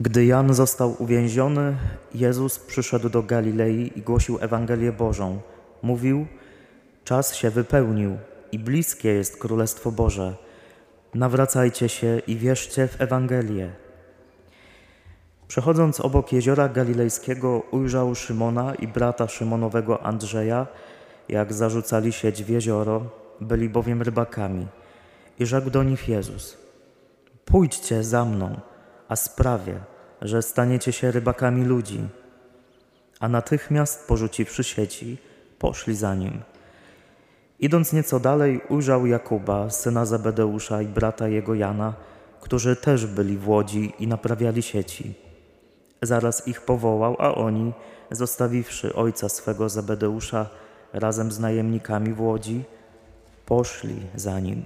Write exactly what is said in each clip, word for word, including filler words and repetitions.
Gdy Jan został uwięziony, Jezus przyszedł do Galilei i głosił Ewangelię Bożą. Mówił: czas się wypełnił i bliskie jest Królestwo Boże. Nawracajcie się i wierzcie w Ewangelię. Przechodząc obok jeziora galilejskiego, ujrzał Szymona i brata Szymonowego Andrzeja, jak zarzucali sieć w jezioro, byli bowiem rybakami. I rzekł do nich Jezus: pójdźcie za mną, a sprawię, że staniecie się rybakami ludzi. A natychmiast, porzuciwszy sieci, poszli za nim. Idąc nieco dalej, ujrzał Jakuba, syna Zebedeusza, i brata jego Jana, którzy też byli w łodzi i naprawiali sieci. Zaraz ich powołał, a oni, zostawiwszy ojca swego Zebedeusza razem z najemnikami w łodzi, poszli za nim.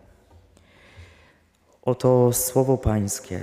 Oto słowo Pańskie.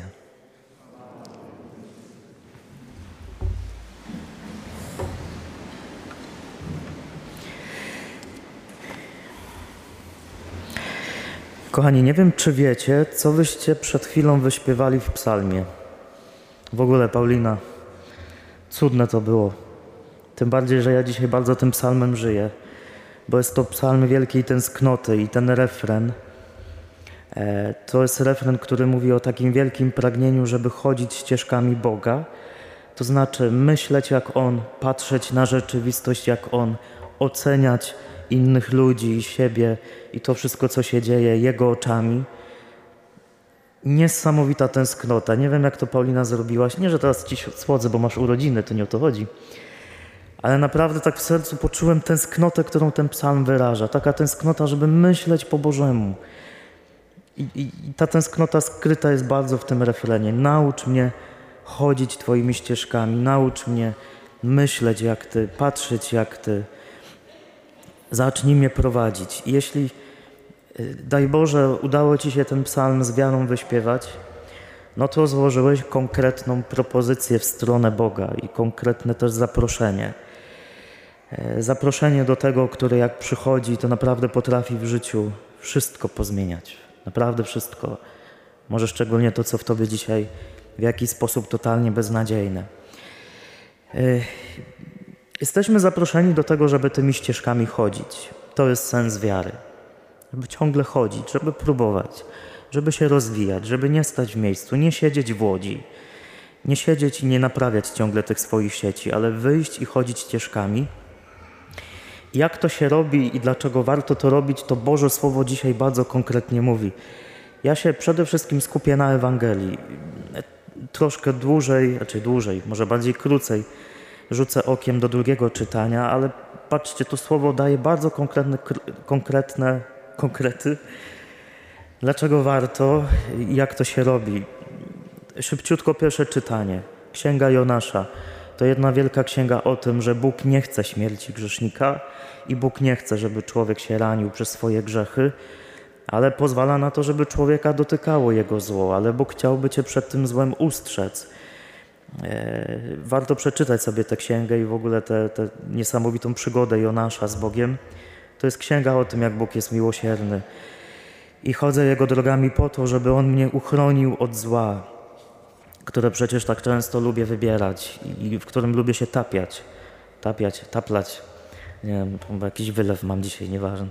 Kochani, nie wiem, czy wiecie, co wyście przed chwilą wyśpiewali w psalmie. W ogóle, Paulina, cudne to było. Tym bardziej, że ja dzisiaj bardzo tym psalmem żyję, bo jest to psalm wielkiej tęsknoty i ten refren, e, to jest refren, który mówi o takim wielkim pragnieniu, żeby chodzić ścieżkami Boga, to znaczy myśleć jak On, patrzeć na rzeczywistość jak On, oceniać innych ludzi i siebie i to wszystko, co się dzieje Jego oczami. Niesamowita tęsknota. Nie wiem, jak to Paulina zrobiłaś. Nie, że teraz ci słodzę, bo masz urodziny, to nie o to chodzi. Ale naprawdę tak w sercu poczułem tęsknotę, którą ten psalm wyraża. Taka tęsknota, żeby myśleć po Bożemu. I, i, i ta tęsknota skryta jest bardzo w tym refrenie. Naucz mnie chodzić Twoimi ścieżkami. Naucz mnie myśleć jak Ty, patrzeć jak Ty. Zacznij mnie prowadzić. I jeśli, daj Boże, udało Ci się ten psalm z wiarą wyśpiewać, no to złożyłeś konkretną propozycję w stronę Boga i konkretne też zaproszenie. Zaproszenie do tego, który jak przychodzi, to naprawdę potrafi w życiu wszystko pozmieniać. Naprawdę wszystko. Może szczególnie to, co w Tobie dzisiaj w jakiś sposób totalnie beznadziejne. Jesteśmy zaproszeni do tego, żeby tymi ścieżkami chodzić. To jest sens wiary. Żeby ciągle chodzić, żeby próbować, żeby się rozwijać, żeby nie stać w miejscu, nie siedzieć w łodzi, nie siedzieć i nie naprawiać ciągle tych swoich sieci, ale wyjść i chodzić ścieżkami. Jak to się robi i dlaczego warto to robić, to Boże Słowo dzisiaj bardzo konkretnie mówi. Ja się przede wszystkim skupię na Ewangelii. Troszkę dłużej, znaczy dłużej, może bardziej krócej, rzucę okiem do drugiego czytania, ale patrzcie, to słowo daje bardzo konkretne, konkretne konkrety. Dlaczego warto i jak to się robi? Szybciutko pierwsze czytanie. Księga Jonasza. To jedna wielka księga o tym, że Bóg nie chce śmierci grzesznika i Bóg nie chce, żeby człowiek się ranił przez swoje grzechy, ale pozwala na to, żeby człowieka dotykało jego zło, ale Bóg chciałby cię przed tym złem ustrzec. Warto przeczytać sobie tę księgę i w ogóle tę niesamowitą przygodę Jonasza z Bogiem. To jest księga o tym, jak Bóg jest miłosierny. I chodzę Jego drogami po to, żeby On mnie uchronił od zła, które przecież tak często lubię wybierać i w którym lubię się tapiać. Tapiać, taplać. Nie wiem, jakiś wylew mam dzisiaj, nieważne.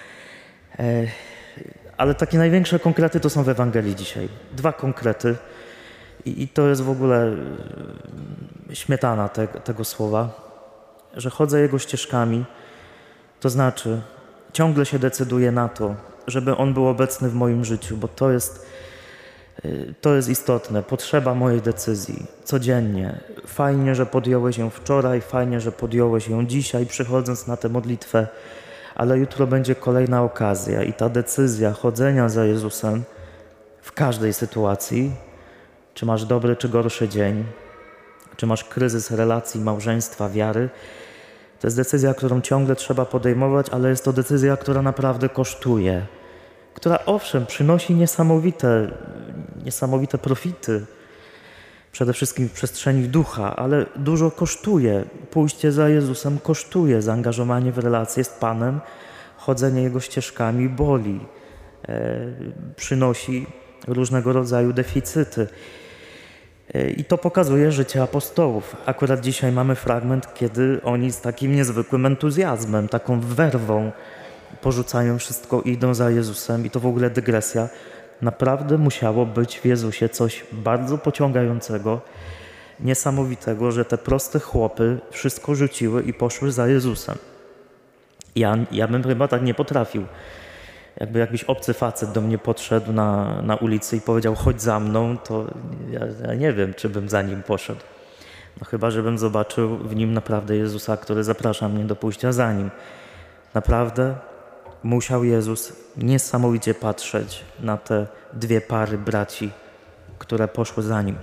Ale takie największe konkrety to są w Ewangelii dzisiaj. Dwa konkrety. I, i to jest w ogóle śmietana te, tego słowa, że chodzę Jego ścieżkami. To znaczy, ciągle się decyduję na to, żeby On był obecny w moim życiu, bo to jest, to jest istotne. Potrzeba mojej decyzji codziennie. Fajnie, że podjąłeś ją wczoraj, fajnie, że podjąłeś ją dzisiaj, przychodząc na tę modlitwę, ale jutro będzie kolejna okazja i ta decyzja chodzenia za Jezusem w każdej sytuacji, czy masz dobry, czy gorszy dzień, czy masz kryzys relacji, małżeństwa, wiary, to jest decyzja, którą ciągle trzeba podejmować, ale jest to decyzja, która naprawdę kosztuje. Która owszem, przynosi niesamowite, niesamowite profity, przede wszystkim w przestrzeni ducha, ale dużo kosztuje. Pójście za Jezusem kosztuje, zaangażowanie w relacje z Panem, chodzenie Jego ścieżkami boli, e, przynosi różnego rodzaju deficyty. I to pokazuje życie apostołów. Akurat dzisiaj mamy fragment, kiedy oni z takim niezwykłym entuzjazmem, taką werwą porzucają wszystko i idą za Jezusem. I to w ogóle dygresja. Naprawdę musiało być w Jezusie coś bardzo pociągającego, niesamowitego, że te proste chłopy wszystko rzuciły i poszły za Jezusem. Ja, ja bym chyba tak nie potrafił. Jakby jakiś obcy facet do mnie podszedł na, na ulicy i powiedział: chodź za mną, to ja, ja nie wiem, czy bym za nim poszedł. No chyba, żebym zobaczył w nim naprawdę Jezusa, który zaprasza mnie do pójścia za nim. Naprawdę musiał Jezus niesamowicie patrzeć na te dwie pary braci, które poszły za nim.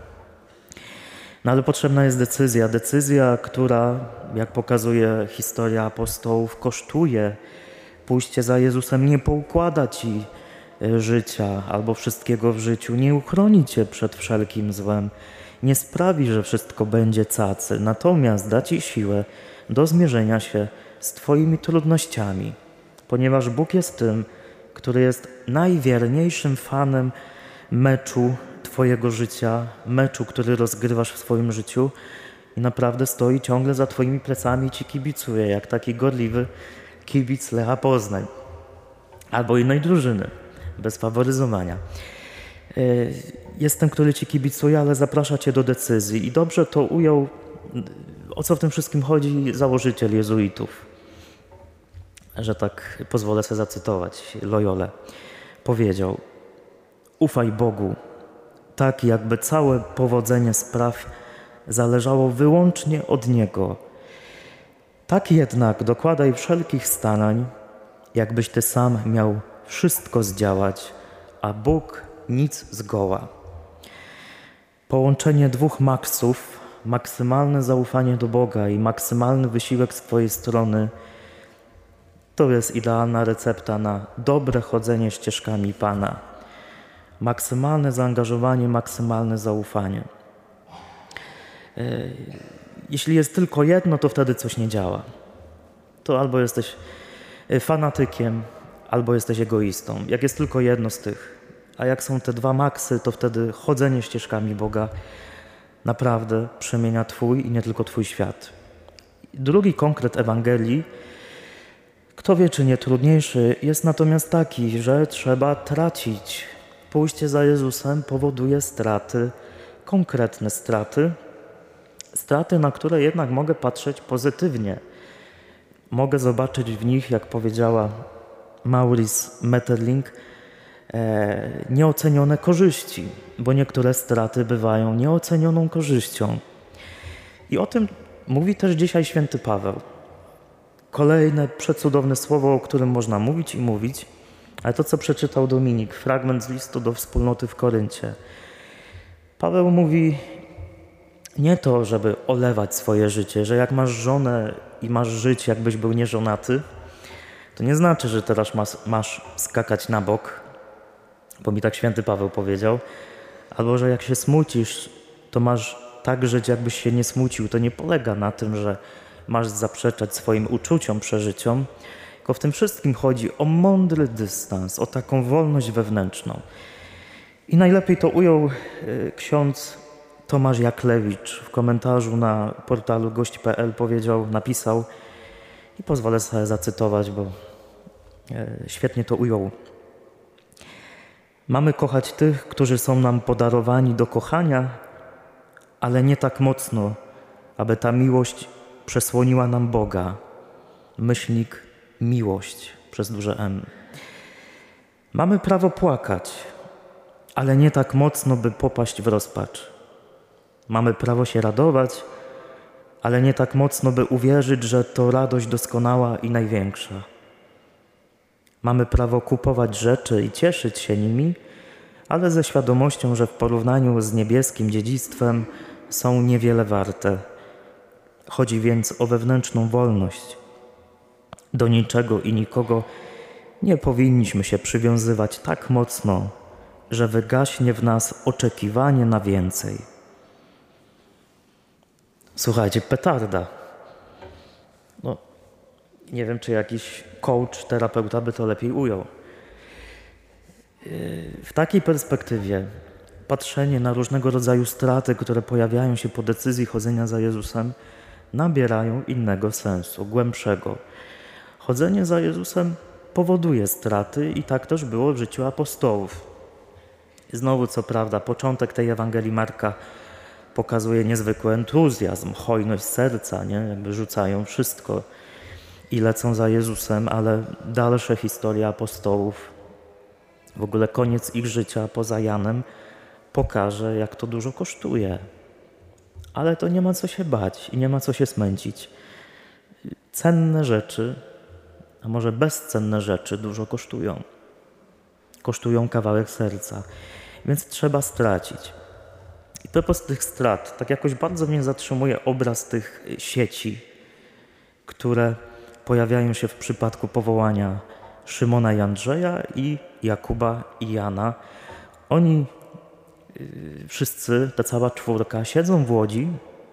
No ale potrzebna jest decyzja. Decyzja, która, jak pokazuje historia apostołów, kosztuje. Pójście za Jezusem nie poukłada ci życia albo wszystkiego w życiu, nie uchroni cię przed wszelkim złem, nie sprawi, że wszystko będzie cacy, natomiast da ci siłę do zmierzenia się z twoimi trudnościami, ponieważ Bóg jest tym, który jest najwierniejszym fanem meczu twojego życia, meczu, który rozgrywasz w swoim życiu i naprawdę stoi ciągle za twoimi plecami i ci kibicuje, jak taki gorliwy kibic Lecha Poznań albo innej drużyny, bez faworyzowania. Jest ten, który ci kibicuje, ale zaprasza cię do decyzji. I dobrze to ujął, o co w tym wszystkim chodzi, założyciel jezuitów, że tak pozwolę sobie zacytować Loyolę. Powiedział: ufaj Bogu, tak jakby całe powodzenie spraw zależało wyłącznie od Niego. Tak jednak dokładaj wszelkich starań, jakbyś ty sam miał wszystko zdziałać, a Bóg nic zgoła. Połączenie dwóch maksów, maksymalne zaufanie do Boga i maksymalny wysiłek z twojej strony, to jest idealna recepta na dobre chodzenie ścieżkami Pana. Maksymalne zaangażowanie, maksymalne zaufanie. Jeśli jest tylko jedno, to wtedy coś nie działa. To albo jesteś fanatykiem, albo jesteś egoistą. Jak jest tylko jedno z tych. A jak są te dwa maksy, to wtedy chodzenie ścieżkami Boga naprawdę przemienia twój i nie tylko twój świat. Drugi konkret Ewangelii, kto wie, czy nie trudniejszy, jest natomiast taki, że trzeba tracić. Pójście za Jezusem powoduje straty, konkretne straty, straty, na które jednak mogę patrzeć pozytywnie. Mogę zobaczyć w nich, jak powiedziała Maurice Maeterlinck, e, nieocenione korzyści, bo niektóre straty bywają nieocenioną korzyścią. I o tym mówi też dzisiaj święty Paweł. Kolejne przecudowne słowo, o którym można mówić i mówić, ale to, co przeczytał Dominik, fragment z listu do wspólnoty w Koryncie. Paweł mówi nie to, żeby olewać swoje życie, że jak masz żonę i masz żyć, jakbyś był nieżonaty, to nie znaczy, że teraz masz, masz skakać na bok, bo mi tak święty Paweł powiedział, albo że jak się smucisz, to masz tak żyć, jakbyś się nie smucił. To nie polega na tym, że masz zaprzeczać swoim uczuciom, przeżyciom, tylko w tym wszystkim chodzi o mądry dystans, o taką wolność wewnętrzną. I najlepiej to ujął y, ksiądz Tomasz Jaklewicz w komentarzu na portalu gość kropka pe el powiedział, napisał i pozwolę sobie zacytować, bo y, świetnie to ujął. Mamy kochać tych, którzy są nam podarowani do kochania, ale nie tak mocno, aby ta miłość przesłoniła nam Boga. Myślnik miłość przez duże M. Mamy prawo płakać, ale nie tak mocno, by popaść w rozpacz. Mamy prawo się radować, ale nie tak mocno, by uwierzyć, że to radość doskonała i największa. Mamy prawo kupować rzeczy i cieszyć się nimi, ale ze świadomością, że w porównaniu z niebieskim dziedzictwem są niewiele warte. Chodzi więc o wewnętrzną wolność. Do niczego i nikogo nie powinniśmy się przywiązywać tak mocno, że wygaśnie w nas oczekiwanie na więcej. Słuchajcie, petarda. No, nie wiem, czy jakiś coach, terapeuta by to lepiej ujął. W takiej perspektywie patrzenie na różnego rodzaju straty, które pojawiają się po decyzji chodzenia za Jezusem, nabierają innego sensu, głębszego. Chodzenie za Jezusem powoduje straty i tak też było w życiu apostołów. Znowu, co prawda, początek tej Ewangelii Marka pokazuje niezwykły entuzjazm, hojność serca, nie? Jakby rzucają wszystko i lecą za Jezusem, ale dalsze historie apostołów, w ogóle koniec ich życia poza Janem, pokaże, jak to dużo kosztuje. Ale to nie ma co się bać i nie ma co się smęcić. Cenne rzeczy, a może bezcenne rzeczy dużo kosztują. Kosztują kawałek serca, więc trzeba stracić. I propos tych strat, tak jakoś bardzo mnie zatrzymuje obraz tych sieci, które pojawiają się w przypadku powołania Szymona i Andrzeja i Jakuba i Jana. Oni yy, wszyscy, ta cała czwórka, siedzą w łodzi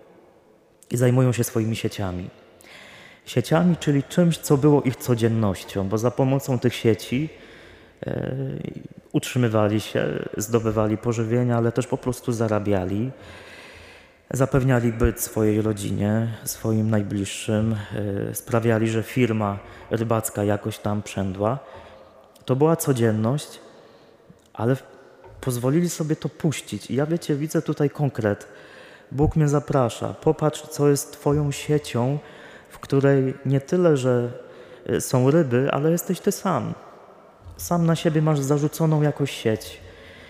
i zajmują się swoimi sieciami. Sieciami, czyli czymś, co było ich codziennością, bo za pomocą tych sieci yy, utrzymywali się, zdobywali pożywienie, ale też po prostu zarabiali. Zapewniali byt swojej rodzinie, swoim najbliższym, yy, sprawiali, że firma rybacka jakoś tam przędła. To była codzienność, ale pozwolili sobie to puścić. I ja, wiecie, widzę tutaj konkret. Bóg mnie zaprasza. Popatrz, co jest twoją siecią, w której nie tyle, że są ryby, ale jesteś ty sam. Sam na siebie masz zarzuconą jakąś sieć.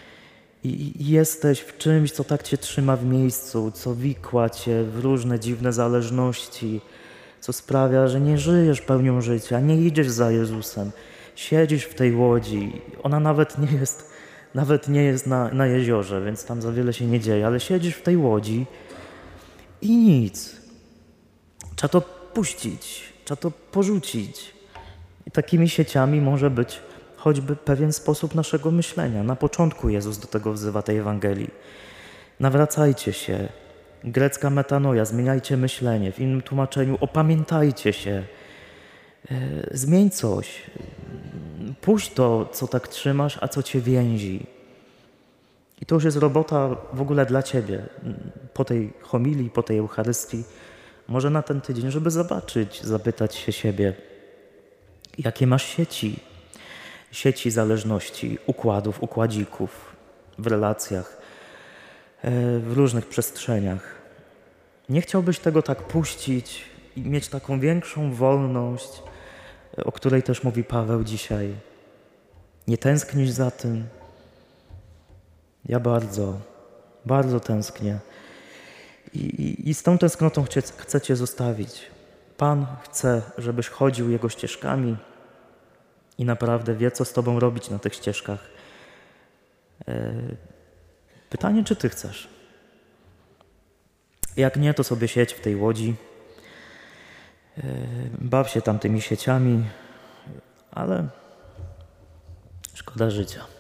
I jesteś w czymś, co tak cię trzyma w miejscu, co wikła cię w różne dziwne zależności, co sprawia, że nie żyjesz pełnią życia, nie idziesz za Jezusem. Siedzisz w tej łodzi. Ona nawet nie jest, nawet nie jest na, na jeziorze, więc tam za wiele się nie dzieje, ale siedzisz w tej łodzi i nic. Trzeba to puścić, trzeba to porzucić. I takimi sieciami może być choćby pewien sposób naszego myślenia. Na początku Jezus do tego wzywa tej Ewangelii. Nawracajcie się. Grecka metanoja, zmieniajcie myślenie. W innym tłumaczeniu opamiętajcie się. Zmień coś. Puść to, co tak trzymasz, a co cię więzi. I to już jest robota w ogóle dla ciebie. Po tej homilii, po tej Eucharystii, może na ten tydzień, żeby zobaczyć, zapytać się siebie, jakie masz sieci. Sieci zależności, układów, układzików w relacjach, w różnych przestrzeniach. Nie chciałbyś tego tak puścić i mieć taką większą wolność, o której też mówi Paweł dzisiaj. Nie tęsknisz za tym? Ja bardzo, bardzo tęsknię. I, i, i z tą tęsknotą chcę, chcę cię zostawić. Pan chce, żebyś chodził Jego ścieżkami i naprawdę wie, co z tobą robić na tych ścieżkach. Pytanie, czy ty chcesz? Jak nie, to sobie siedź w tej łodzi. Baw się tam tymi sieciami, ale szkoda życia.